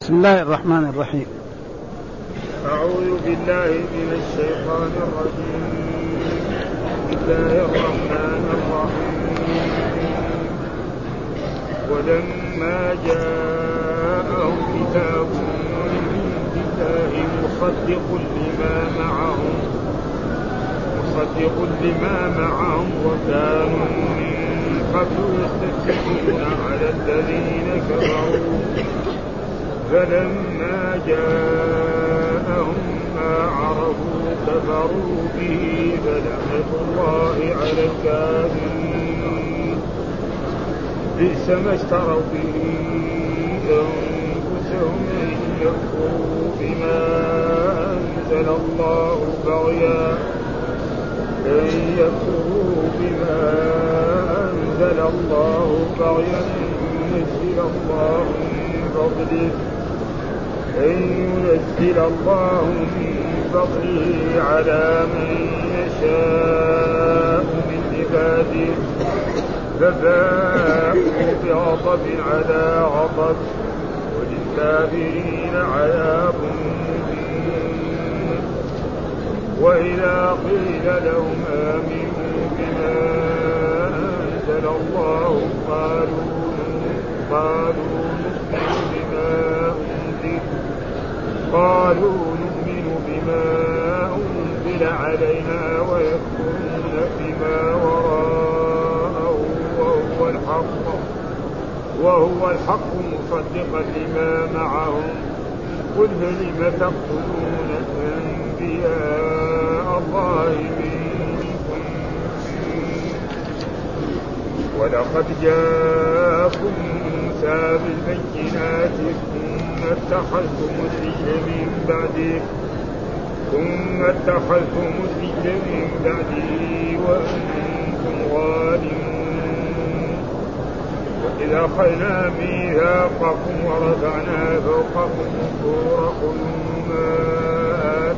بسم الله الرحمن الرحيم. أعوذ بالله من الشيطان الرجيم. بسم الله الرحمن الرحيم. ولما جاءهم كتاب من الله مصدق لما معهم وكانوا من قبل يستفتحون على الذين كفروا فلما جاءهم ما عرفوا كفروا به فلعنة الله على الكافرين. بئس ما اشتروا به أنفسهم أن يكفروا بما أنزل الله بغيا أن ينزل الله من فضله على من يشاء من عباده فباءوا بغضب على غضب وللكافرين عذاب مهين. وإذا قيل لهم آمنوا بما أنزل الله قالوا نؤمن بما أنزل علينا ويكفرون بما وراءه وهو الحق مصدقا لما معهم. قل فلم تقتلون أنبياء الله منكم ولقد جاءكم موسى بالبينات ثم اتخذتم العجل من بعده وأنتم ظالمون. وإذا أخذنا ميثاقكم ورفعنا فوقكم الطور خذوا ما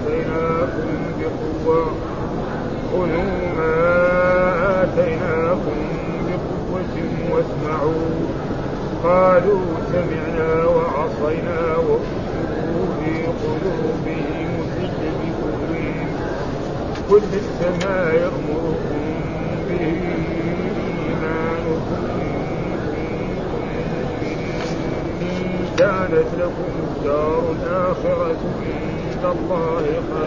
آتيناكم بقوة واسمعوا. قالوا سمعنا وعصينا وأشركوا في قلوبهم العجل بكفرهم. قل بئس ما يأمركم به إيمانكم إن كانت لكم الدار الآخرة عند الله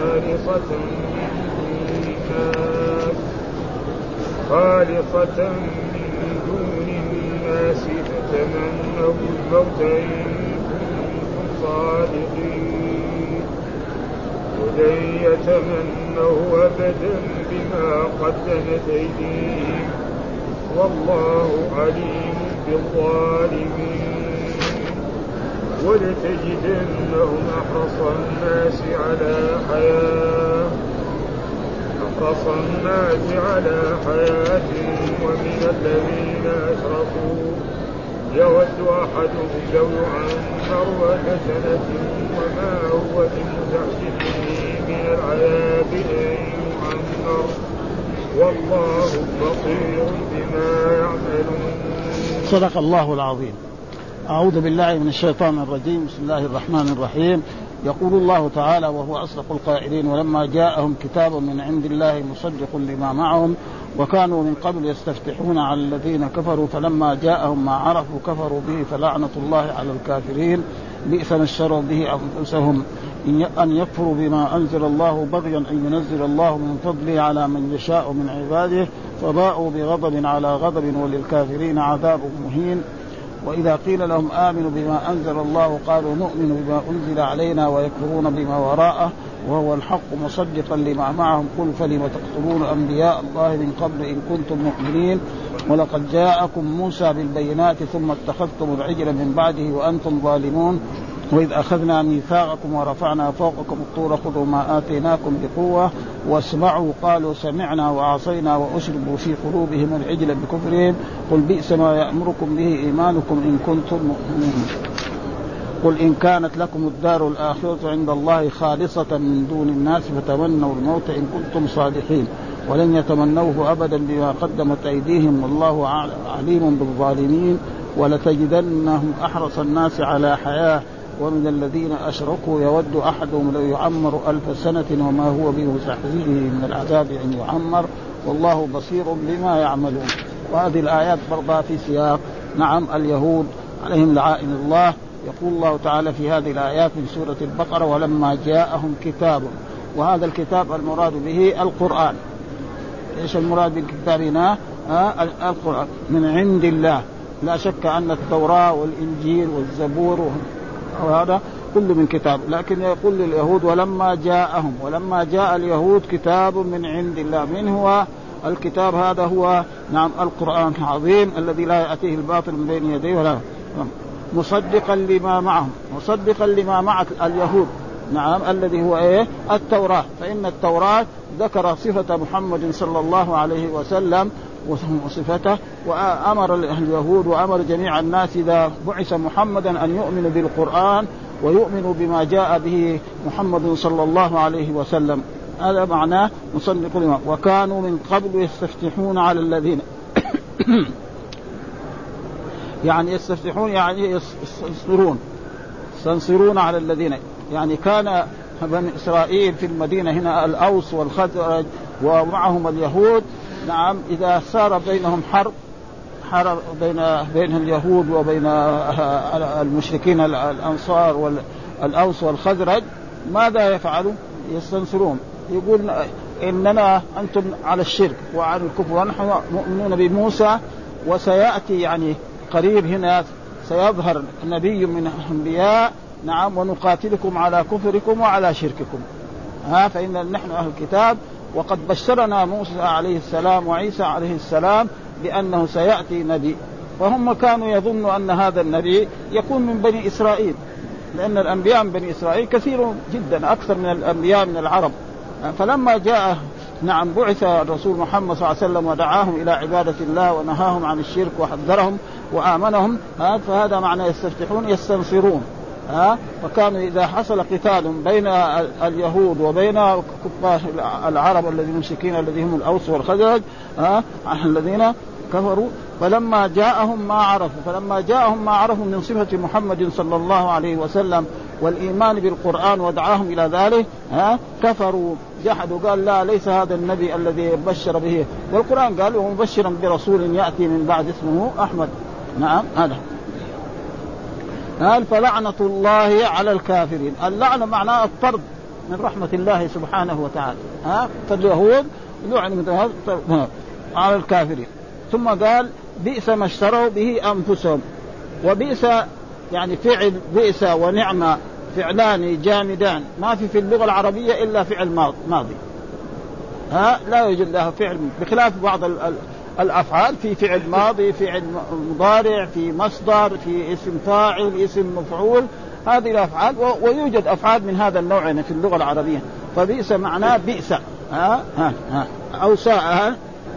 خالصة من دون الناس فتمنوا الموت إن كنتم صادقين. ولن يتمنوا أبدا بما قدمت أيديهم والله عليم بالظالمين. ولتجدنهم أحرص الناس على حياة ومن الذين أشركوا يود أحدهم لو يعمر ألف سنة وما هو بمزحزحه من العذاب أن يعمر والله بصير بما يعملون. صدق الله العظيم. أعوذ بالله من الشيطان الرجيم. بسم الله الرحمن الرحيم. يقول الله تعالى وهو أصدق القائلين ولما جاءهم كتاب من عند الله مصدق لما معهم وكانوا من قبل يستفتحون على الذين كفروا فلما جاءهم ما عرفوا كفروا به فلعنة الله على الكافرين. بئس ما اشتروا به أنفسهم أن يكفروا بما أنزل الله بغيا أن ينزل الله من فضله على من يشاء من عباده فباءوا بغضب على غضب وللكافرين عذاب مهين. وإذا قيل لهم آمنوا بما أنزل الله قالوا نؤمن بما أنزل علينا ويكفرون بما وراءه وهو الحق مصدقا لما معهم. قل فلم تقتلون أنبياء الله من قبل إن كنتم مؤمنين ولقد جاءكم موسى بالبينات ثم اتخذتم العجل من بعده وأنتم ظالمون. وإذ أخذنا ميثاقكم ورفعنا فوقكم الطور خذوا ما آتيناكم بقوة واسمعوا. قالوا سمعنا وعصينا وأشربوا في قلوبهم العجل بكفرهم. قل بئس ما يأمركم به إيمانكم إن كنتم مؤمنين. قل إن كانت لكم الدار الآخرة عند الله خالصة من دون الناس فتمنوا الموت إن كنتم صادقين ولن يتمنوه أبدا بما قدمت أيديهم والله عليم بالظالمين. ولتجدنهم أحرص الناس على حياة ومن الذين أشركوا يود أحدهم لو يعمر 1000 سنة وما هو بمزحزحه من العذاب أن يعمر والله بصير بما يعملون. وهذه الآيات برضها في سياق نعم اليهود عليهم لعائن الله. يقول الله تعالى في هذه الآيات من سورة البقرة ولما جاءهم كتاب، وهذا الكتاب المراد به القرآن. إيش المراد بالكتاب هنا؟ القرآن من عند الله. لا شك أن التوراة والإنجيل والزبور وهذا كل من كتاب، لكن يقول لليهود ولما جاءهم، ولما جاء اليهود كتاب من عند الله. من هو الكتاب؟ هذا هو نعم القرآن العظيم الذي لا يأتيه الباطل من بين يديه ولا مصدقا لما معهم، مصدقا لما مع اليهود نعم الذي هو ايه؟ التوراة. فإن التوراة ذكر صفة محمد صلى الله عليه وسلم وصفته، وأمر اليهود وأمر جميع الناس إذا بعث محمدا أن يؤمنوا بالقرآن ويؤمنوا بما جاء به محمد صلى الله عليه وسلم. هذا معناه مصدق لما. وكانوا من قبل يستفتحون على الذين يعني يستفتحون يعني يستنصرون على الذين، يعني كان بني إسرائيل في المدينة هنا الأوس والخزرج ومعهم اليهود نعم إذا صار بينهم حرب بين اليهود وبين المشركين الأنصار والأوس والخزرج ماذا يفعلوا؟ يستنصرون، يقول إننا أنتم على الشرك وعلى الكفر ونحن مؤمنون بموسى، وسيأتي يعني قريب هنا سيظهر نبي من الأنبياء نعم ونقاتلكم على كفركم وعلى شرككم. فإن نحن أهل الكتاب وقد بشرنا موسى عليه السلام وعيسى عليه السلام بأنه سيأتي نبي، فهم كانوا يظنوا أن هذا النبي يكون من بني إسرائيل، لأن الأنبياء من بني إسرائيل كثير جدا أكثر من الأنبياء من العرب. فلما جاء نعم بعث الرسول محمد صلى الله عليه وسلم ودعاهم إلى عبادة الله ونهاهم عن الشرك وحذرهم وآمنهم، فهذا معنى يستفتحون يستنصرون. وكانوا إذا حصل قتال بين اليهود وبين كفار العرب الذين مشركين الذين هم الأوس والخزرج الذين كفروا، فلما جاءهم ما عرفوا من صفة محمد صلى الله عليه وسلم والإيمان بالقرآن ودعاهم إلى ذلك كفروا جحدوا، قال لا ليس هذا النبي الذي بشر به، والقرآن قال ومبشرا برسول يأتي من بعد اسمه أحمد. نعم هذا فلعنة الله على الكافرين. اللعنة معناه الطرد من رحمة الله سبحانه وتعالى. فاليهود لعنوا على الكافرين. ثم قال بئس ما اشتروا به أنفسهم. وبئس يعني فعل بئس ونعمة فعلان جامدان، ما في اللغة العربية إلا فعل ماضي. لا يوجد لها فعل، بخلاف بعض الأفعال في فعل ماضي، فعل مضارع، في مصدر، في اسم فاعل، اسم مفعول، هذه الأفعال. ويوجد أفعال من هذا النوع في اللغة العربية. فبئس معناه بئس أو ساء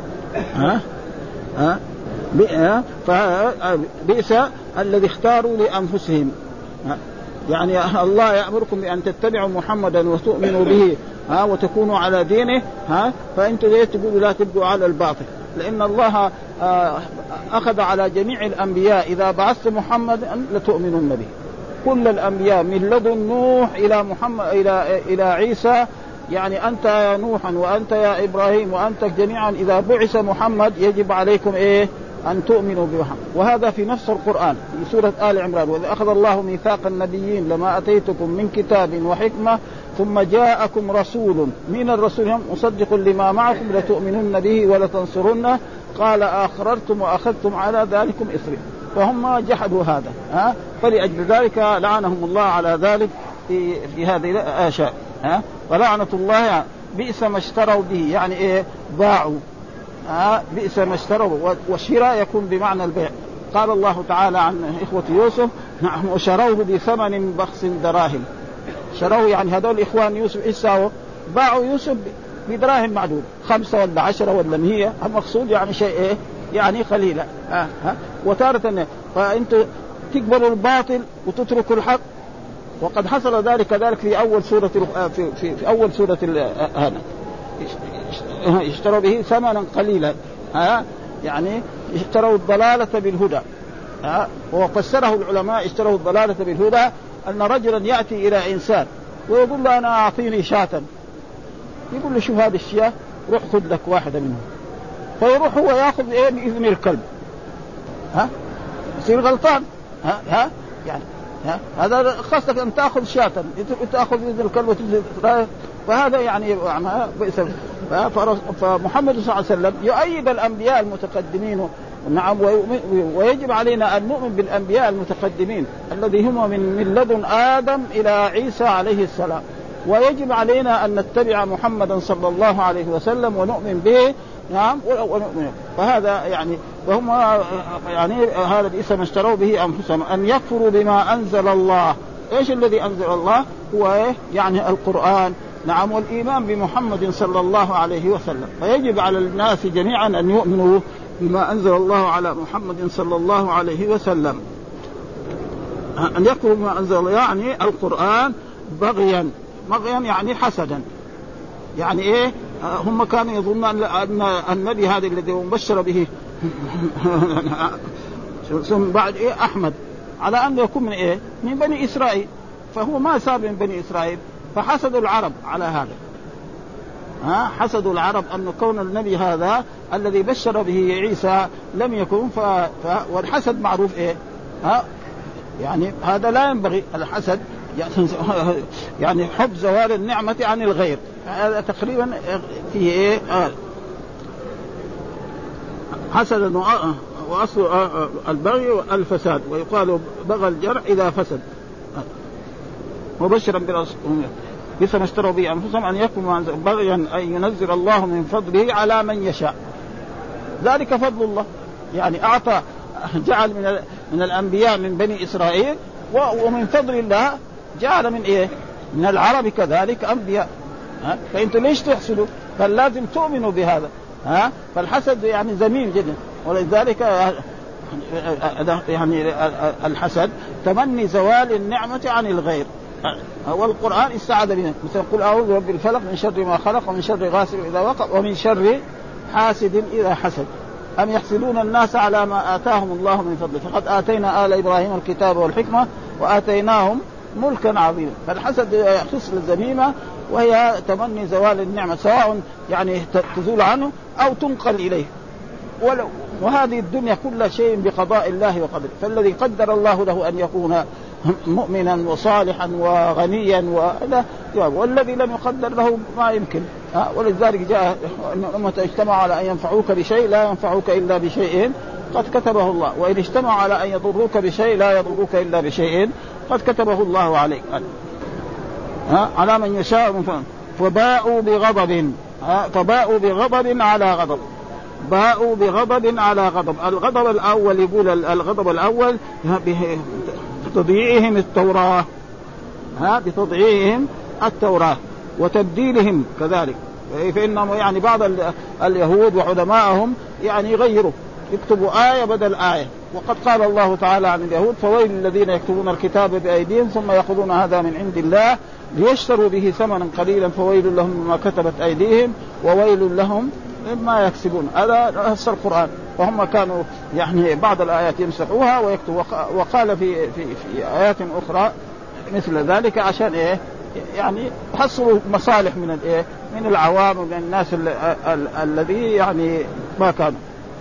فبئس الذي اختاروا لأنفسهم. يعني الله يأمركم بأن تتبعوا محمدا وتؤمنوا به وتكونوا على دينه، فأنتوا تقولوا لا تبقوا على الباطل، لأن الله أخذ على جميع الأنبياء إذا بعثت محمد لتؤمنون به. كل الأنبياء من لدن نوح إلى محمد إلى عيسى، يعني أنت يا نوح وأنت يا إبراهيم وأنت جميعا إذا بعث محمد يجب عليكم أن تؤمنوا بمحمد. وهذا في نفس القرآن في سورة آل عمران: وإذ أخذ الله ميثاق النبيين لما أتيتكم من كتاب وحكمة ثم جاءكم رسول من الرسول مصدق لما معكم لتؤمنن به ولتنصرنه قال أقررتم وأخذتم على ذلكم إثري. فهم جحدوا هذا فلأجل ذلك لعنهم الله على ذلك في هذه الآية. فلعنة الله بئس ما اشتروا به، يعني باعوا. بئس ما اشتروا، والشراء يكون بمعنى البيع. قال الله تعالى عن إخوة يوسف: نعم وشروه بثمن بخس دراهم. شروه يعني هذول إخوان يوسف إيش باعوا يوسف بدراهم معدودة، 5 ولا 10 ولا 100. المقصود يعني شيء يعني قليلا. وتارة فأنت تقبلوا الباطل وتتركوا الحق، وقد حصل ذلك كذلك في أول سورة في أول سورة هذا اشتروا به ثمنا قليلا. يعني اشتروا الضلالة بالهدى. وفسره العلماء اشتروا الضلالة بالهدى أن رجلا يأتي إلى إنسان ويقول له أنا أعطيني شاة، يقول له شوف هذه الشياه روح خذ لك واحدة منهم، فيروح هو يأخذ إيه بإذن الكلب، يصير غلطان. يعني هذا خاصة أن تأخذ شاة تأخذ بإذن الكلب وتجد، فهذا يعني فمحمد صلى الله عليه وسلم يؤيد الأنبياء المتقدمين. نعم، ويجب علينا أن نؤمن بالأنبياء المتقدمين الذي هم من لدن آدم إلى عيسى عليه السلام، ويجب علينا أن نتبع محمدا صلى الله عليه وسلم ونؤمن به. نعم، ونؤمن. فهذا يعني وهم يعني هذا الاسم اشتروا به أنفسهم أن يكفروا بما أنزل الله. إيش الذي أنزل الله؟ هو يعني القرآن. نعم، والإيمان بمحمد صلى الله عليه وسلم. فيجب على الناس جميعا أن يؤمنوا بما أنزل الله على محمد صلى الله عليه وسلم، أن يكفروا بما أنزل الله يعني القرآن بغيا يعني حسدا. يعني إيه؟ هم كانوا يظنون أن النبي هذا الذي مبشر به ثم بعد إيه أحمد على أن يكون من إيه؟ من بني إسرائيل، فهو ما صار من بني إسرائيل، فحسدوا العرب على هذا. حسدوا العرب أن كون النبي هذا الذي بشر به عيسى لم يكن والحسد معروف إيه؟ يعني هذا لا ينبغي الحسد، يعني حب زوال النعمة عن الغير، هذا تقريبا فيه إيه؟ حسد وأصل البغي والفساد، ويقال بغى الجرع إذا فسد. مبشرا بئس ما اشتروا به أنفسهم أن يكونوا بغيا أن ينزل الله من فضله على من يشاء، ذلك فضل الله. يعني أعطى جعل من الأنبياء من بني إسرائيل، ومن فضل الله جعل من إيه؟ من العرب كذلك أنبياء. فأنتوا ليش تحسدوا؟ فلازم تؤمنوا بهذا. فالحسد يعني ذميم جدا، ولذلك يعني الحسد تمني زوال النعمة عن الغير. والقرآن استعاذ بنا، مثل قل أعوذ برب الفلق من شر ما خلق ومن شر غاسق إذا وقب ومن شر حاسد إذا حسد أم يحسدون الناس على ما آتاهم الله من فضله فقد آتينا آل إبراهيم الكتاب والحكمة وآتيناهم ملكا عظيما. فالحسد خصلة ذميمة، وهي تمني زوال النعمة، سواء يعني تزول عنه أو تنقل إليه. وهذه الدنيا كل شيء بقضاء الله وقدره، فالذي قدر الله له أن يكون مؤمنا وصالحا وغنيا والذي لم يقدر له ما يمكن. ولذلك جاء أن الأمة اجتمعوا على أن ينفعوك بشيء لا ينفعوك إلا بشيء قد كتبه الله، وإن اجتمعوا على أن يضروك بشيء لا يضروك إلا بشيء قد كتبه الله عليك. على من يشاء فباءوا بغضب على غضب، باءوا بغضب على غضب. الغضب الأول يقول الغضب الأول بتضييعهم التوراة، بتضييعهم التوراة وتبديلهم كذلك. فإنهم يعني بعض اليهود وعلماءهم يعني يغيروا، يكتبوا آية بدل آية. وقد قال الله تعالى عن اليهود فويل الذين يكتبون الكتاب بأيديهم ثم يأخذون هذا من عند الله ليشتروا به ثمنا قليلا فويل لهم مما كتبت أيديهم وويل لهم مما يكسبون. هذا نص القرآن. وهم كانوا يعني بعض الآيات يمسحوها ويكتبوا. وقال في آيات أخرى مثل ذلك عشان إيه؟ يعني يحصلوا مصالح من الإيه؟ من العوام ومن الناس الذي يعني ما كانوا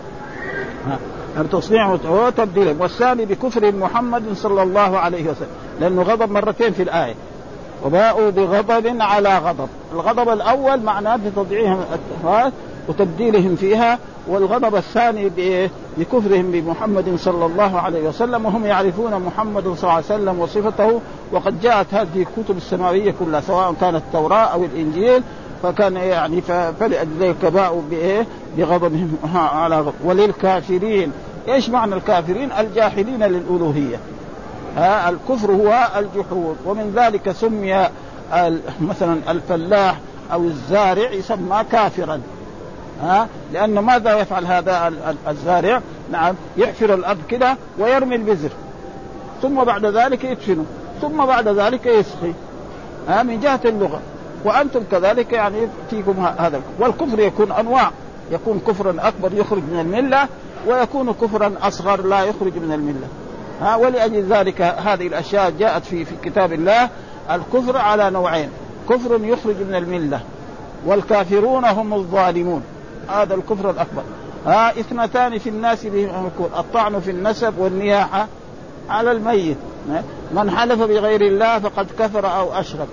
تصنيع وتبديلهم. والثاني بكفر محمد صلى الله عليه وسلم، لأنه غضب مرتين في الآية. وباءوا بغضب على غضب. الغضب الأول معناه بتضييعهم التوراة وتبديلهم فيها، والغضب الثاني بكفرهم بمحمد صلى الله عليه وسلم، وهم يعرفون محمد صلى الله عليه وسلم وصفته. وقد جاءت هذه الكتب السماوية كلها سواء كانت التوراة أو الإنجيل، فكان يعني فلذلك باءوا بغضبهم على غضب. وللكافرين، ايش معنى الكافرين؟ الجاحدين للألوهية. الكفر هو الجحود. ومن ذلك سمي مثلا الفلاح أو الزارع يسمى كافرا، لأنه ماذا يفعل هذا الزارع؟ نعم، يحفر الأرض كده ويرمي البذر، ثم بعد ذلك يدفنه، ثم بعد ذلك يسقي. من جهة اللغة. وأنتم كذلك يعني فيكم هذا. والكفر يكون أنواع، يكون كفرا أكبر يخرج من الملة، ويكون كفرا أصغر لا يخرج من الملة. ولأجل ذلك هذه الأشياء جاءت في كتاب الله. الكفر على نوعين: كفر يخرج من الملة، والكافرون هم الظالمون، هذا الكفر الأكبر. اثنتان في الناس بهم يكون: الطعن في النسب والنياحة على الميت. من حلف بغير الله فقد كفر أو أشرك.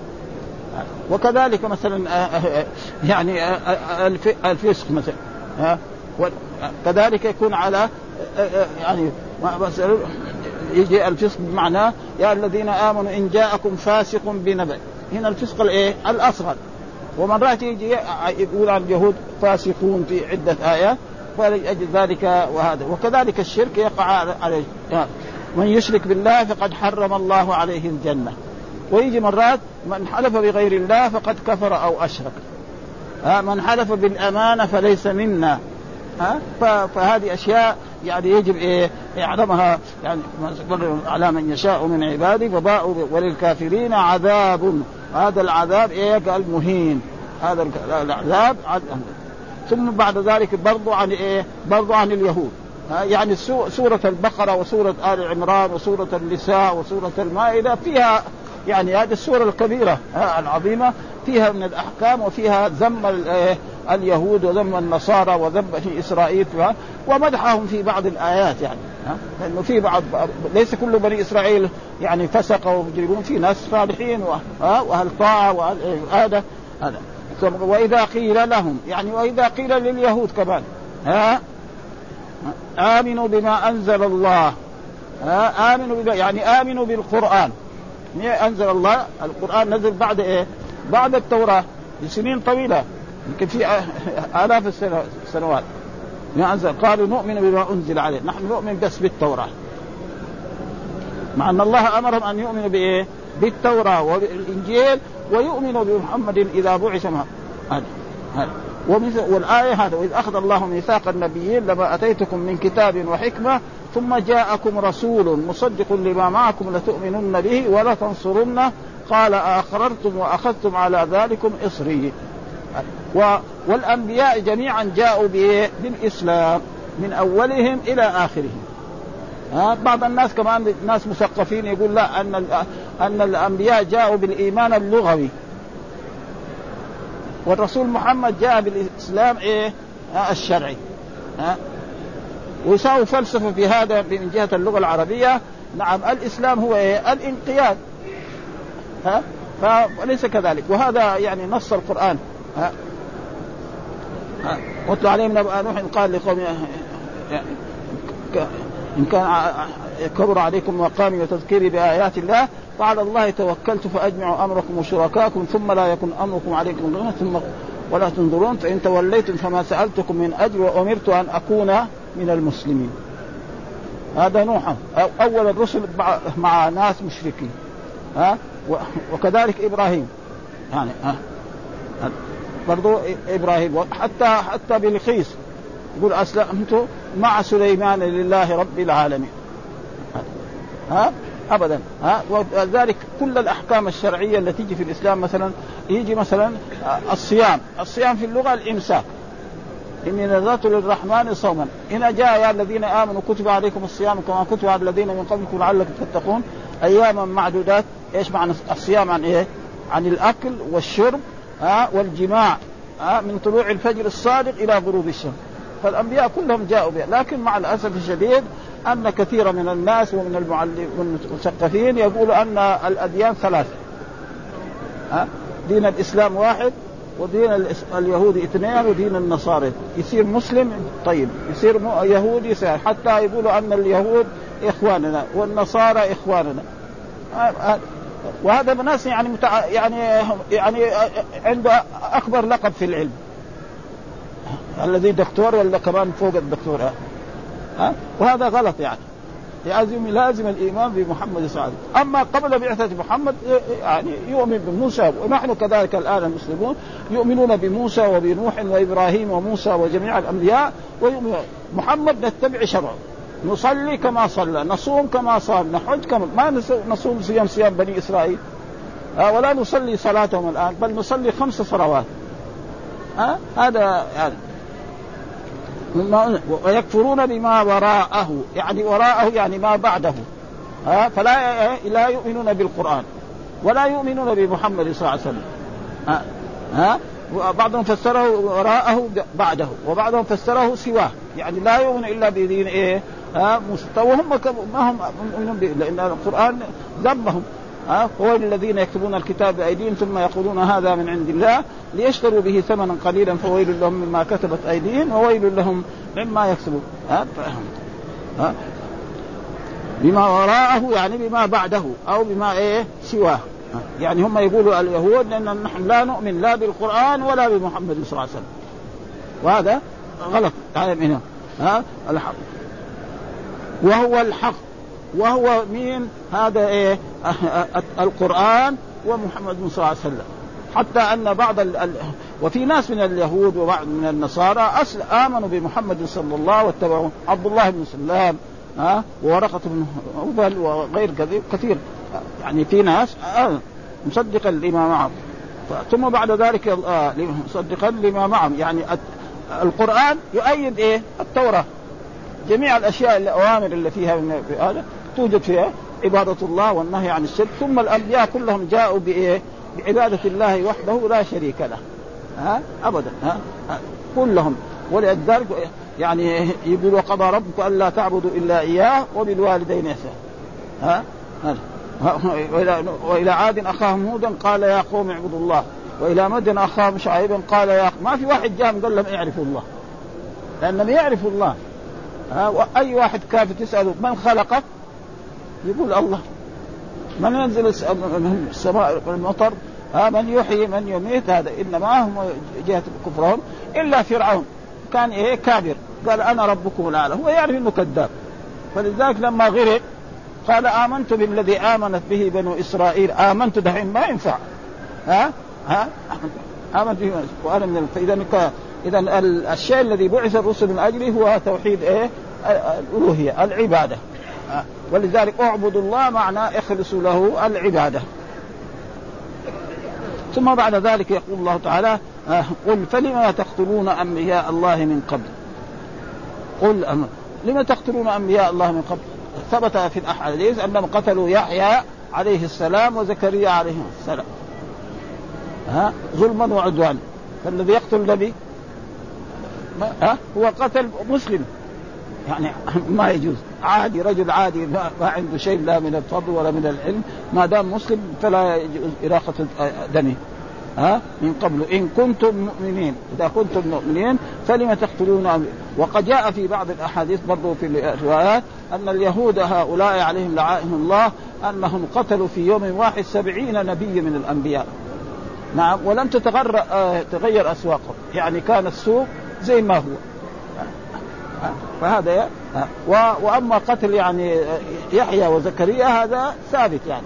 وكذلك مثلا يعني الفسق مثلا، كذلك يكون على يعني يجي الفسق بمعنى يا الذين آمنوا إن جاءكم فاسق بنبأ. هنا الفسق الأصغر. ومرات يجي يقول عن اليهود فاسقون في عدة آيات، فلأجل ذلك وهذا. وكذلك الشرك يقع عليه: من يشرك بالله فقد حرم الله عليه الجنة. ويجي مرات من حلف بغير الله فقد كفر أو أشرك. من حلف بالأمانة فليس منا. فهذه أشياء يعني يجب يعلمها يعني على من يشاء من عباده. فباءوا وللكافرين عذاب، هذا العذاب قال مهين، هذا العذاب. ثم بعد ذلك برضو عن اليهود. يعني سورة البقرة وسورة آل عمران وسورة النساء وسورة المائدة فيها يعني هذه السورة الكبيرة العظيمة فيها من الأحكام، وفيها ذم اليهود وذم النصارى وذم بني إسرائيل ومدحهم في بعض الآيات. يعني لأنه في بعض، ليس كل بني إسرائيل يعني فسقوا ومجرمون، في ناس صالحين وأهل طاعة وأهل هذا. وإذا قيل لهم يعني وإذا قيل لليهود كمان آمنوا بما أنزل الله، آمنوا يعني آمنوا بالقرآن. أنزل الله القرآن نزل بعد بعد التوراة بسنين طويلة، يمكن في آلاف السنوات. قالوا نؤمن بما أنزل عليه، نحن نؤمن بس بالتوراة، مع أن الله أمرهم أن يؤمنوا بالتوراة والإنجيل ويؤمنوا بمحمد إذا بعث هذا. والآية هذا: وإذ أخذ الله ميثاق النبيين لما أتيتكم من كتاب وحكمة ثم جاءكم رسول مصدق لما معكم لتؤمنن به ولا تنصرنه قال أقررتم وأخذتم على ذلكم إصري. والأنبياء جميعا جاءوا بالإسلام من أولهم إلى آخرهم. بعض الناس كمان ناس مثقفين يقول لا أن الأنبياء جاءوا بالإيمان اللغوي، والرسول محمد جاء بالإسلام الشرعي. ويساوي فلسفة في هذا من جهة اللغة العربية. نعم الإسلام هو الانقياد، فليس كذلك. وهذا يعني نص القرآن. واتلو عليهم نبأ نوح قال لقومه إن كان كبر عليكم مقامي وتذكيري بآيات الله فعلى الله توكلت فأجمعوا أمركم وشركاكم ثم لا يكن أمركم عليكم غمة ثم ولا تنظرون فإن توليتم فما سألتكم من أجر وأمرت أن أكون من المسلمين. هذا نوح أول الرسل مع ناس مشركين. وكذلك إبراهيم يعني برضو إبراهيم حتى بلقيس يقول أسلمت مع سليمان لله رب العالمين. أبدا. وذلك كل الأحكام الشرعية التي تيجي في الإسلام مثلا يجي مثلا الصيام في اللغة الإمساك، إني نذرت للرحمن صوما. هنا جاء يا الذين آمنوا كتب عليكم الصيام كما كتب على الذين من قبلكم لعلكم تتقون أياما معدودات. إيش معنى الصيام؟ عن عن الأكل والشرب والجماع من طلوع الفجر الصادق إلى غروب الشمس. فالأنبياء كلهم جاءوا بها، لكن مع الأسف الشديد أن كثير من الناس ومن المثقفين يقولوا أن الأديان ثلاثة. دين الإسلام واحد، ودين اليهود اثنين، ودين النصارى. يصير مسلم طيب، يصير يهودي يصير، حتى يقولوا أن اليهود إخواننا والنصارى إخواننا. وهذا الناس يعني عنده أكبر لقب في العلم، الذي دكتور ولا كمان فوق الدكتور. وهذا غلط. يعني لازم الإيمان بمحمد صلى الله عليه وسلم. أما قبل بعثة محمد يعني يؤمن بموسى، ونحن كذلك الآن المسلمون يؤمنون بموسى وبنوح وإبراهيم وموسى وجميع الأنبياء، ويؤمن محمد نتبع شرعه، نصلي كما صلى، نصوم كما صام، نحج كما ما نصوم صيام بني إسرائيل، ولا نصلي صلاتهم الآن، بل نصلي 5 صلوات. هذا يعني. ويكفرون بما وراءه، يعني وراءه يعني ما بعده، فلا يؤمنون بالقرآن ولا يؤمنون بمحمد صلى الله عليه وسلم. وبعضهم فسره وراءه بعده، وبعضهم فسره سواه، يعني لا يؤمن إلا بدين وهم ما هم مؤمنون لأن القرآن ذمهم. هو الذين يكتبون الكتاب بأيديهم ثم يقولون هذا من عند الله ليشتروا به ثمنا قليلا فويل لهم مما كتبت أيديهم وويل لهم مما يكسبون. بما وراءه يعني بما بعده أو بما سواه. يعني هم يقولوا اليهود أن نحن لا نؤمن لا بالقرآن ولا بمحمد صلى الله عليه وسلم، وهذا غلط. هذا منه الحق، وهو الحق، وهو مين هذا القرآن ومحمد صلى الله عليه وسلم. حتى أن بعض وفي ناس من اليهود وبعض من النصارى آمنوا بمحمد صلى الله واتبعوه، عبد الله بن سلام وورقة بن نوفل وغير كثير، يعني في ناس مصدقا لما معهم، ثم بعد ذلك مصدقا لما معهم. يعني القرآن يؤيد التوراة، جميع الأشياء الأوامر اللي فيها هذا توجد فيها عبادة الله والنهي عن الشرك. ثم الأنبياء كلهم جاءوا بعبادة الله وحده لا شريك له أبدا كلهم. ولذلك يعني يقول وقضى ربك ألا تعبدوا إلا إياه وبالوالدين إحسانا. وإلى عاد أخاهم هودا قال يا قوم اعبدوا الله، وإلى مدين أخاهم شعيبا قال ما في واحد جاء قال لهم اعرفوا الله، لأنهم يعرفوا الله. وأي واحد كافر تسأله من خلقك يقول الله. من ينزل من السماء المطر من يحيي من يميت، هذا إنما هم جهة كفرهم. إلا فرعون كان كافر قال أنا ربكم الأعلى، هو يعرف إنه كذاب، فلذلك لما غرق قال آمنت بالذي آمنت به بنو إسرائيل. آمنت دحين ما ينفع آمنت به وأنا من. إذا الشيء الذي بعث الرسل من أجله هو توحيد الألوهية العبادة. ولذلك اعبدوا الله معنى اخلصوا له العبادة. ثم بعد ذلك يقول الله تعالى قل فلما تقتلون أنبياء الله من قبل. قل لما تقتلون أنبياء الله من قبل؟ ثبت في الأحاديث أنهم قتلوا يحيى عليه السلام وزكريا عليه السلام ظلما وعدوانا. فالذي يقتل نبي هو قتل مسلم، يعني ما يجوز. عادي رجل عادي ما عنده شيء لا من الفضل ولا من العلم، ما دام مسلم فلا يجوز إراقة دمه من قبل إن كنتم مؤمنين. إذا كنتم مؤمنين فلما تقتلون. وقد جاء في بعض الأحاديث برضو في الروايات أن اليهود هؤلاء عليهم لعائن الله أنهم قتلوا في يوم واحد 70 نبي من الأنبياء. نعم، ولم تغير أسواقهم، يعني كان السوق زي ما هو. فهذا وأما قتل يعني يحيى وزكريا هذا ثابت يعني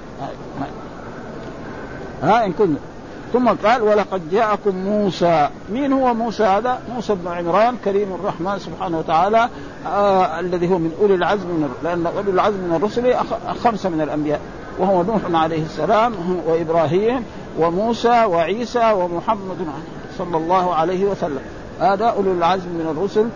إن كنا. ثم قال ولقد جاءكم موسى. مين هو موسى هذا؟ موسى بن عمران كريم الرحمن سبحانه وتعالى الذي هو من أولي العزم لأن أولي العزم من الرسل 5 من الأنبياء، وهو نوح عليه السلام وإبراهيم وموسى وعيسى ومحمد صلى الله عليه وسلم. هذا أولي العزم من الرسل.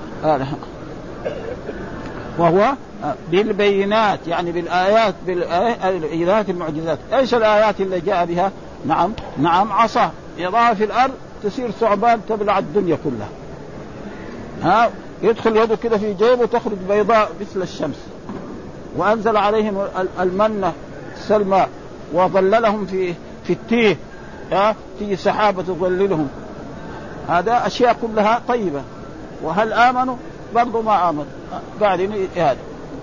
وهو بالبينات يعني بالآيات المعجزات. ايش الآيات اللي جاء بها؟ نعم عصا يضعها في الأرض تصير ثعبان تبلع الدنيا كلها. يدخل يده كده في جيبه تخرج بيضاء مثل الشمس. وأنزل عليهم المنة السلمى وظللهم في التيه في سحابة تظللهم. هذا أشياء كلها طيبة. وهل آمنوا؟ برضو ما آمنوا قاعدين هذا.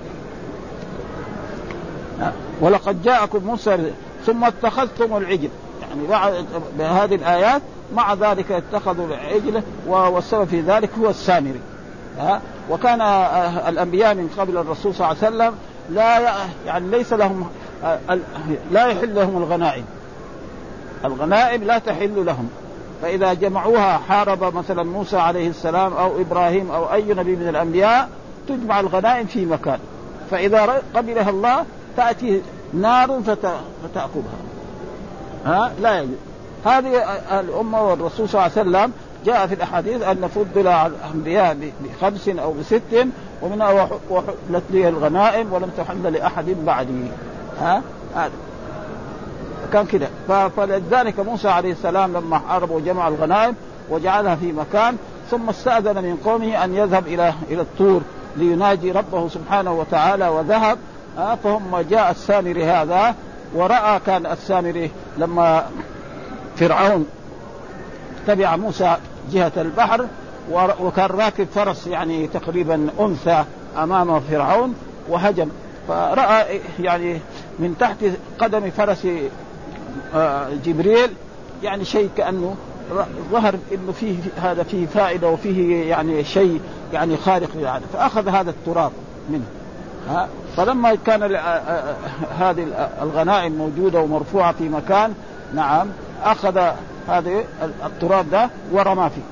ولقد جاءكم موسى ثم اتخذتم العجل، يعني بعد بهذه الآيات مع ذلك اتخذوا العجل، والسبب في ذلك هو السامري. وكان الأنبياء من قبل الرسول صلى الله عليه وسلم يعني ليس لهم لا يحل لهم الغنائم لا تحل لهم. فإذا جمعوها حارب مثلا موسى عليه السلام أو إبراهيم أو أي نبي من الأنبياء تجمع الغنائم في مكان، فإذا قبلها الله تأتي نار فتأخذها. لا يجوز. هذه الأمة والرسول صلى الله عليه وسلم جاء في الأحاديث أن فضل على الأنبياء ب5 أو ب6 ومنها وحلت لي الغنائم ولم تحل لأحد بعدي. هذا كان كده. فلذلك موسى عليه السلام لما حارب وجمع الغنائم وجعلها في مكان ثم استأذن من قومه أن يذهب إلى الطور ليناجي ربه سبحانه وتعالى وذهب. فهم جاء السامري هذا ورأى كان السامري لما فرعون تبع موسى جهة البحر وكان راكب فرس يعني تقريبا أنثى أمام فرعون وهجم، فرأى يعني من تحت قدم فرس جبريل يعني شيء كأنه ظهر إنه فيه فائدة وفيه يعني شيء يعني خارق للعادة، فأخذ هذا التراب منه. فلما كان هذه الغنائم موجودة ومرفوعة في مكان نعم أخذ هذا التراب ده ورمى فيه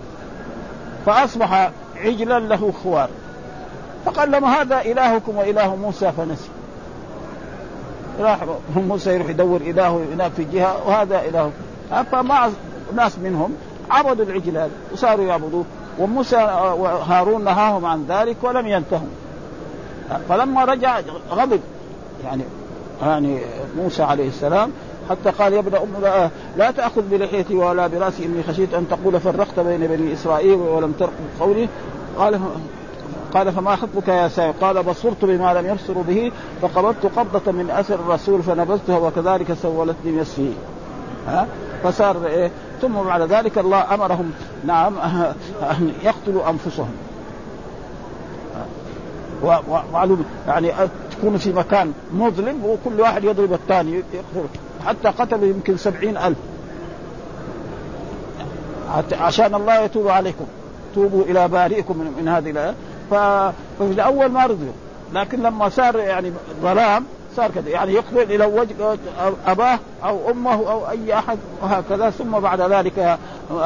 فأصبح عجلا له خوار. فقال لما هذا إلهكم وإله موسى فنسي. راح موسى يروح يدور إلهه هناك في جهة وهذا إله. فمع ناس منهم عبدوا العجل هذا وصاروا يعبدوه، وموسى وهارون نهاهم عن ذلك ولم ينتهوا. فلما رجع غضب يعني موسى عليه السلام حتى قال يا ابن أم لا تأخذ بلحيتي ولا برأسي إني خشيت أن تقول فرقت بين بني إسرائيل ولم ترقب قولي. قال فما خطبك يا سامري؟ قال بصرت بما لم يبصروا به فقبضت قبضة من أثر الرسول فنبذتها وكذلك سولتني نفسي. فصار ثم بعد ذلك الله أمرهم نعم أن يقتلوا أنفسهم. ومعلوم يعني تكون في مكان مظلم وكل واحد يضرب الثاني يقتل، حتى قتلوا يمكن 70,000 عشان الله يتوب عليكم، توبوا إلى بارئكم من هذه الآية. ففي الأول ما رضيوا، لكن لما صار يعني ظلام صار كذا يعني يقتل إلى وجه أباه أو أمه أو أي أحد وهكذا. ثم بعد ذلك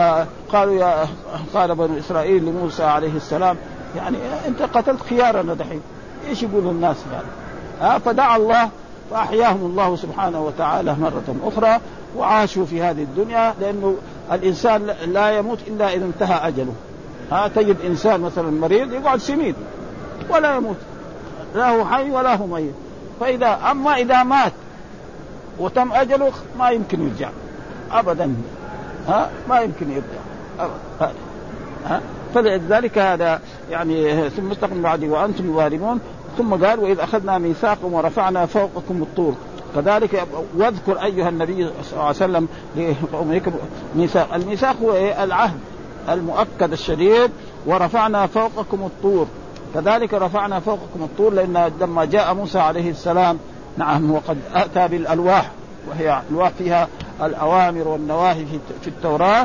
قال بنو إسرائيل لموسى عليه السلام يعني أنت قتلت خيارنا دحين إيش يقول الناس يعني. فدعا الله فأحياهم الله سبحانه وتعالى مرة أخرى وعاشوا في هذه الدنيا، لأنه الإنسان لا يموت إلا إذا انتهى أجله. تجد إنسان مثلا مريض يقعد سنين ولا يموت، لا هو حي ولا هو ميت. أما إذا مات وتم أجله ما يمكن يرجع أبدا، ما يمكن يرجع أبدا. فلذلك هذا يعني ثم استقم بعدي وأنتم ظالمون. ثم قال وإذ أخذنا ميثاقكم ورفعنا فوقكم الطور كذلك واذكر أيها النبي صلى الله عليه وسلم لقومك ميثاق. الميثاق هو العهد المؤكد الشديد. ورفعنا فوقكم الطور كذلك رفعنا فوقكم الطور، لأن لما جاء موسى عليه السلام نعم وقد أتى بالألواح وهي ألواح فيها الأوامر والنواهي في التوراة.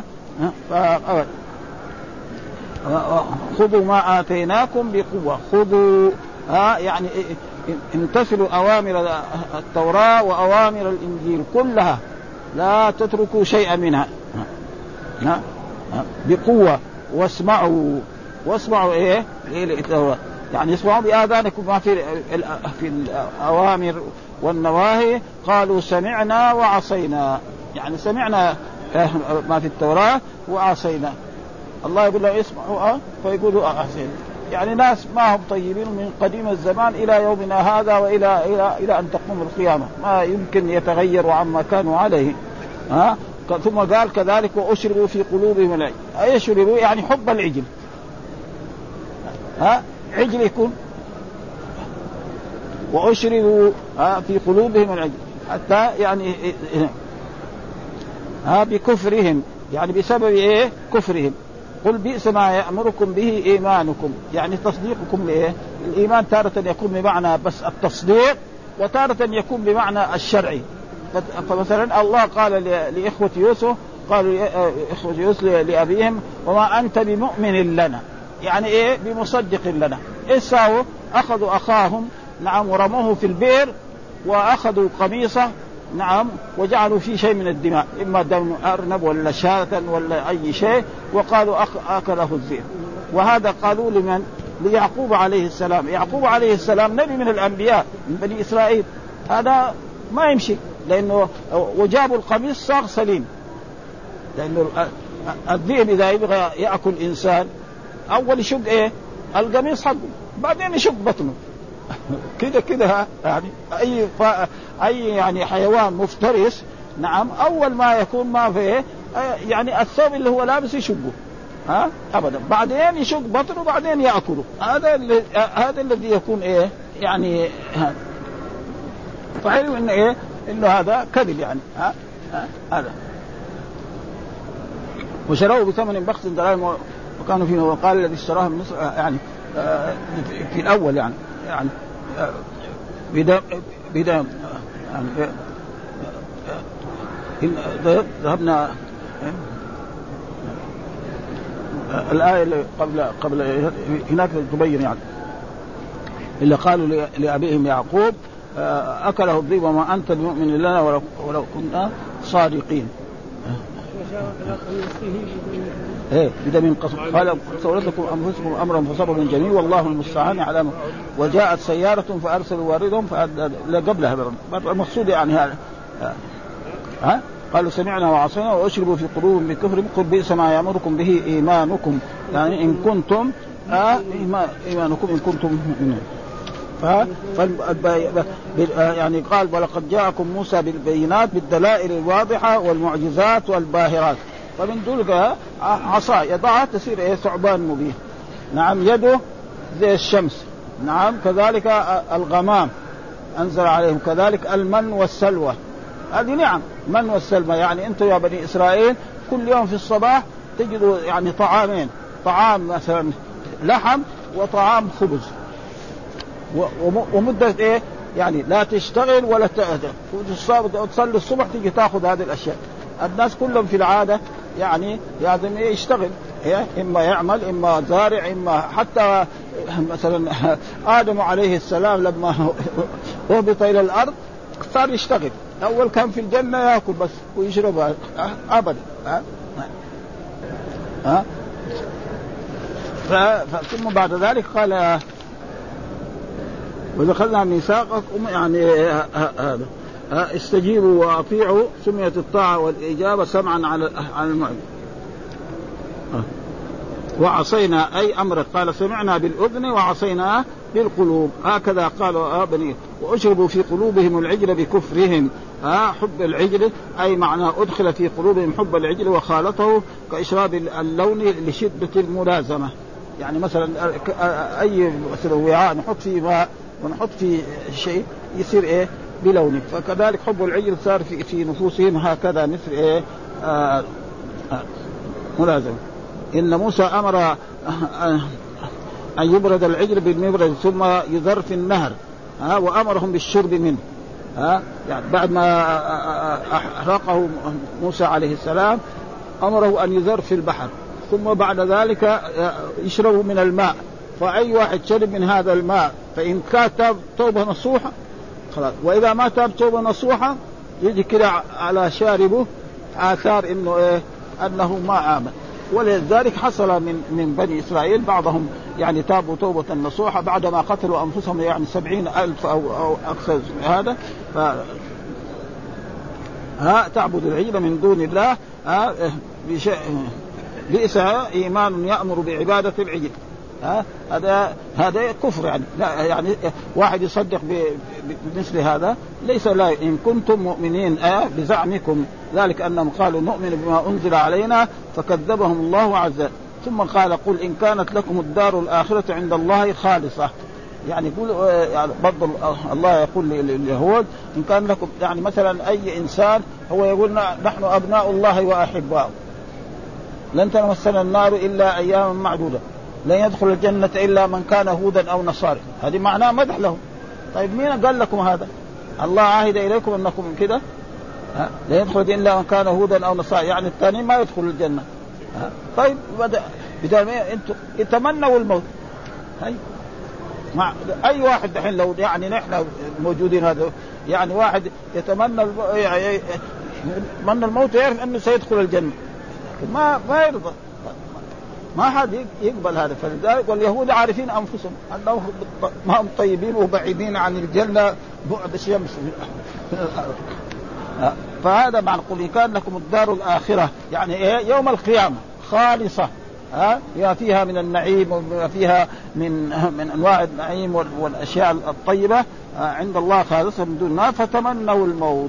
خذوا ما آتيناكم بقوة. خذوا يعني امتثلوا أوامر التوراة وأوامر الإنجيل كلها لا تتركوا شيئا منها بقوة. واسمعوا إيه يعني اسمعوا بآذانكم ما في الأوامر والنواهي. قالوا سمعنا وعصينا، يعني سمعنا ما في التوراة وعصينا. الله يقول له اسمعوا فيقولوا أحسن. يعني ناس ما هم طيبين من قديم الزمان إلى يومنا هذا وإلى أن تقوم القيامة، ما يمكن يتغيروا عما كانوا عليه. ثم قال كذلك وأشربوا في قلوبهم العجل. أيشربوا يعني حب العجل. عجل يكون وأشربوا في قلوبهم العجل حتى يعني بكفرهم، يعني بسبب إيه كفرهم. قل بئس ما يأمركم به إيمانكم، يعني تصديقكم لإيه. الإيمان تارة يكون بمعنى بس التصديق وتارة يكون بمعنى الشرعي. فمثلا الله قال لإخوة يوسف قالوا إخوة يوسف لأبيهم وما أنت بمؤمن لنا، يعني إيه بمصدق لنا. إساو أخذوا أخاهم نعم ورموه في البئر وأخذوا قميصه نعم وجعلوا فيه شيء من الدماء، إما دم أرنب ولا شاة ولا أي شيء، وقالوا أكله الذئب. وهذا قالوا لمن؟ ليعقوب عليه السلام. يعقوب عليه السلام نبي من الأنبياء من بني إسرائيل، هذا ما يمشي لأنه وجابوا القميص صار سليم، لأنه الذئب إذا يبغى يأكل إنسان أول يشق إيه القميص حقه بعدين يشق بطنه كده يعني أي يعني حيوان مفترس نعم أول ما يكون ما فيه يعني الثوب اللي هو لابس يشقه أبدا بعدين يشق بطنه وبعدين يأكله. هذا الذي يكون إيه يعني فعلم إنه إيه إنه هذا كذب يعني هذا. وشروه بثمن بخس دراهم وكانوا فيه وقال الذي اشتراه من مصر يعني في الأول يعني بدم يعني ذهبنا الآية اللي قبل هناك تبين يعني اللي قالوا لأبيهم يعقوب أكله الذئب وما أنت بمؤمن لنا ولو كنا صادقين. إذا من قصد قال سولت لكم أنفسكم أمرا فصبر جميل والله المستعان على وجاءت سيارة فأرسلوا واردهم قبلها المقصود يعني هذا قالوا سمعنا وعصينا وأشربوا في قلوبهم بكفر قل بئس ما يأمركم به إيمانكم يعني إن كنتم إيمانكم إن كنتم مؤمنين. يعني قال ولقد جاءكم موسى بالبينات بالدلائل الواضحة والمعجزات والباهرات فمن دولك عصا يضعها تصير إيه ثعبان مبين نعم يده زي الشمس نعم كذلك الغمام أنزل عليهم كذلك المن والسلوى هذه نعم من والسلوى يعني أنتم يا بني إسرائيل كل يوم في الصباح تجدوا يعني طعامين طعام مثلا لحم وطعام خبز ومدة إيه يعني لا تشتغل ولا تصلي الصبح تيجي تأخذ هذه الأشياء. الناس كلهم في العادة يعني لازم يشتغل إما يعمل إما زارع إما حتى مثلا آدم عليه السلام لما هبط إلى الأرض صار يشتغل أول كان في الجنة يأكل بس ويشرب أبدا ثم بعد ذلك قال وذخلنا ميثاقكم يعني هذا استجيبوا وأطيعوا سميت الطاعة والإجابة سمعا على المعد وعصينا أي أمرك قال سمعنا بالأذن وعصينا بالقلوب هكذا قالوا بني وأشربوا في قلوبهم العجل بكفرهم حب العجل أي معنى أدخل في قلوبهم حب العجل وخالطه كإشراب اللون لشدة الملازمة يعني مثلا أي مثلا وعاء نحط فيه ماء ونحط فيه شيء يصير إيه بلونه فكذلك حب العجل صار في نفوسهم هكذا مثل إيه ملازمة. إن موسى أمر أن يبرد العجل بالمبرد ثم يذر في النهر وأمرهم بالشرب منه يعني بعد ما أحرقه موسى عليه السلام أمره أن يذر في البحر ثم بعد ذلك يشربوا من الماء فأي واحد شرب من هذا الماء فإن كان توبة نصوحة خلاص وإذا ما تاب توبة نصوحة يجي كده على شاربه آثار إنه إيه أنه ما آمن. ولذلك حصل من بني إسرائيل بعضهم يعني تابوا توبة نصوحة بعدما قتلوا أنفسهم يعني 70,000 أو أكثر هذا تعبد العجل من دون الله بئس إيمان يأمر بعبادة العجل هذا كفر يعني لا يعني واحد يصدق بمثل هذا ليس لا إن كنتم مؤمنين بزعمكم ذلك أنهم قالوا نؤمن بما أنزل علينا فكذبهم الله عز وجل ثم قال قل إن كانت لكم الدار الآخرة عند الله خالصة يعني يقول يعني برضو الله يقول لليهود إن كان لكم يعني مثلا أي إنسان هو يقول نحن أبناء الله وأحباؤه لن تمسنا النار إلا أياما معدودة لن يدخل الجنة إلا من كان هودا أو نصارى هذه معناه مدح لهم. طيب مين قال لكم هذا؟ الله عاهد إليكم أنكم كده لا يدخل إلا من كان هودا أو نصارى يعني الثاني ما يدخل الجنة. طيب بدل ما أنتم يتمنوا الموت مع أي واحد دحين لو يعني نحن موجودين هذا يعني واحد يتمنى الموت يعرف أنه سيدخل الجنة ما يرضى ما حد يقبل هذا. فلذلك واليهود عارفين أنفسهم أنهم ما هم طيبين وبعيدين عن الجنة بعد الشمس فهذا معنى قل كان لكم الدار الآخرة، يعني إيه؟ يوم القيامة خالصة، يا فيها من النعيم وما فيها من أنواع النعيم والأشياء الطيبة عند الله خالصة من دون ما، فتمنوا الموت.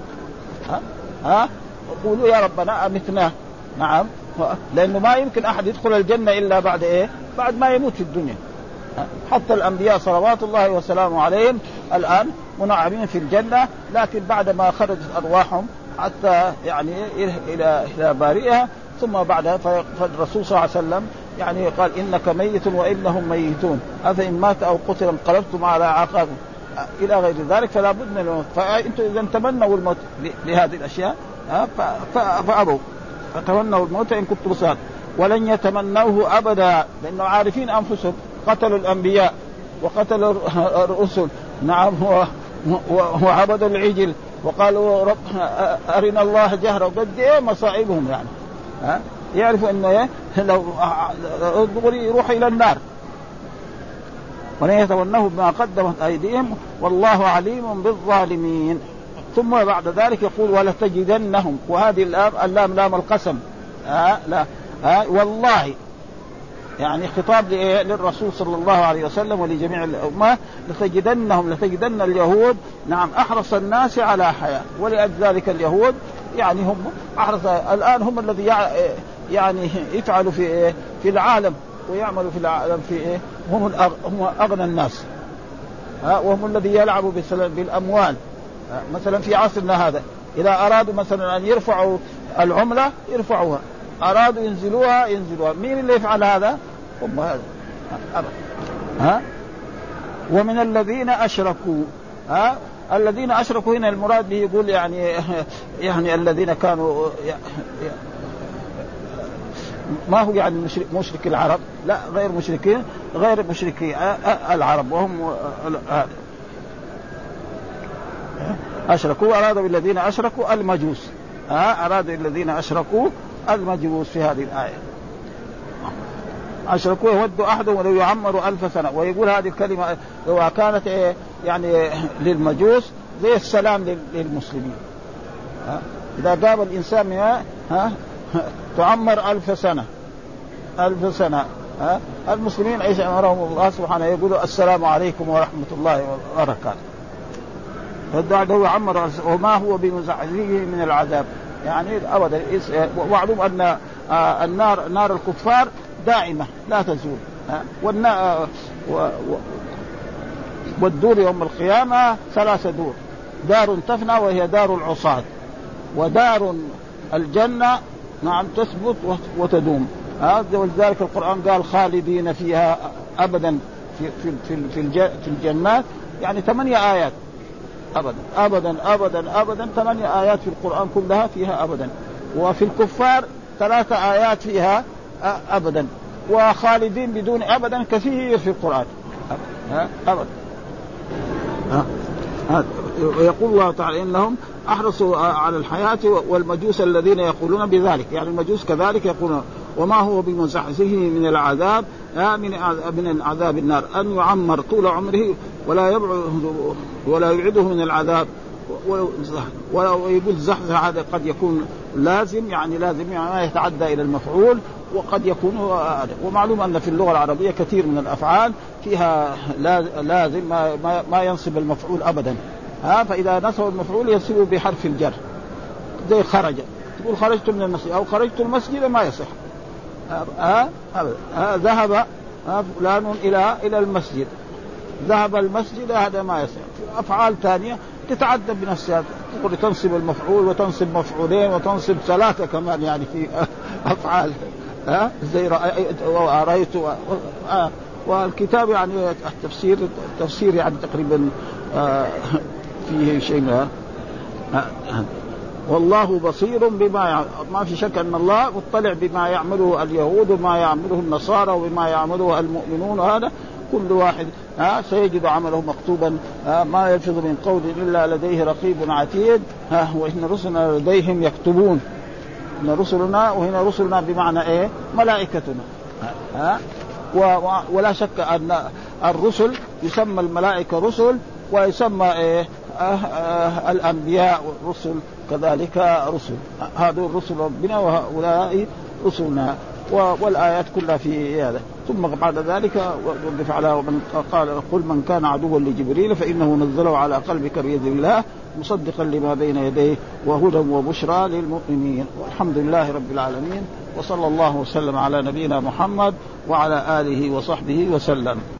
قولوا يا ربنا أمتنا. نعم، لأنه ما يمكن أحد يدخل الجنة إلا بعد إيه؟ بعد ما يموت في الدنيا. حتى الأنبياء صلوات الله وسلامه عليهم الآن منعمين في الجنة، لكن بعد ما خرجت أرواحهم حتى يعني إلى بارئها، ثم بعدها فالرسول صلى الله عليه وسلم يعني قال إنك ميت وإنهم ميتون، أفإن مات أو قتل انقلبتم على أعقابكم إلى غير ذلك، فلا بد من الموت. فأنتم إذا تمنوا الموت لهذه الأشياء فأبوا، فتمنوا الموت إن كنتم صادقين، ولن يتمنوه أبدا، لأنه عارفين أنفسهم قتلوا الأنبياء وقتلوا الرسل. نعم، وعبدوا العجل وقالوا رب أرنا الله جهرا، وقد إيه مصائبهم يعني. يعرفوا إنه لو يروح إلى النار. ولن يتمنوه بما قدمت أيديهم والله عليم بالظالمين. ثم بعد ذلك يقول ولتجدنهم، وهذه اللام لام القسم. لا والله، يعني خطاب للرسول صلى الله عليه وسلم ولجميع الأمة. لتجدن اليهود نعم أحرص الناس على حياة، ولذلك اليهود يعني هم أحرص الآن، هم الذي يعني يفعلوا في العالم ويعملوا في العالم في هم أغنى الناس، وهم الذي يلعبوا بالأموال. مثلا في عصرنا هذا إذا أرادوا مثلا أن يرفعوا العملة يرفعوها، أرادوا ينزلوها. مين اللي يفعل هذا؟ هم هذا. ومن الذين أشركوا. الذين أشركوا هنا المراد به يقول يعني الذين كانوا ما هو يعني مشرك العرب، لا غير مشركي العرب، وهم أشركوا. أرادوا بالذين أشركوا المجوس. أرادوا الذين أشركوا المجوس في هذه الآية. أشركوا يود أحدهم ولو يعمر 1000 سنة. ويقول هذه الكلمة لو كانت يعني للمجوس زي السلام للمسلمين. إذا قابل الإنسان تعمر 1000 سنة 1000 سنة، المسلمين ايش امرهم الله سبحانه يقولوا السلام عليكم ورحمة الله وبركاته. فالدعاء يعمر وما هو بمزعزعه من العذاب، يعني ابدا. ومعلوم ان النار نار الكفار دائمة لا تزول. والدور يوم القيامة 3 دور: دار تفنى وهي دار العصاة، ودار الجنة نعم تثبت وتدوم. ولذلك القرآن قال خالدين فيها أبدا في الجنات، يعني 8 آيات أبدا أبدا أبدا أبدا. 8 آيات في القرآن كلها فيها أبدا. وفي الكفار 3 آيات فيها أبدا. وخالدين بدون أبدا كثير في القرآن أبدا. ويقول الله تعالى إنهم أحرصوا على الحياة والمجوس الذين يقولون بذلك، يعني المجوس كذلك يقولون وما هو بمزحزحه من العذاب من عذاب النار أن يعمر طول عمره ولا يبعده من العذاب. ولو يقول زحزح هذا قد يكون لازم، يعني ما يتعدى إلى المفعول، وقد يكون ومعلوم أن في اللغة العربية كثير من الأفعال فيها لازم ما ينصب المفعول أبدا. فإذا نصب المفعول ينصبه بحرف الجر، زي خرج، تقول خرجت من المسجد أو خرجت المسجد ما يصح. ذهب فلان إلى المسجد، ذهب المسجد، هذا ما يصح. أفعال ثانية تتعدى بنفسها، تقول تنصب المفعول وتنصب مفعولين وتنصب 3 كمان، يعني في أفعال زي رأيت والكتاب يعني التفسير يعني تقريبا فيه شيء. والله بصير بما ما في شك أن الله مطلع بما يعمله اليهود وما يعمله النصارى وما يعمله المؤمنون، وهذا كل واحد سيجد عمله مكتوبا، ما يلفظ من قول إلا لديه رقيب عتيد. وإن رسلنا لديهم يكتبون. إن رسلنا، وهنا رسلنا بمعنى ملائكتنا. ولا شك أن الرسل يسمى الملائكة رسل، ويسمى الأنبياء والرسل كذلك رسل، هذول رسل ربنا وهؤلاء رسلنا، والآيات كلها في هذا. ثم بعد ذلك وقف على من قال قل من كان عدوا لجبريل فإنه نزله على قلبك بإذن الله مصدقا لما بين يديه وهدى وبشرى للمؤمنين. والحمد لله رب العالمين، وصلى الله وسلم على نبينا محمد وعلى آله وصحبه وسلم.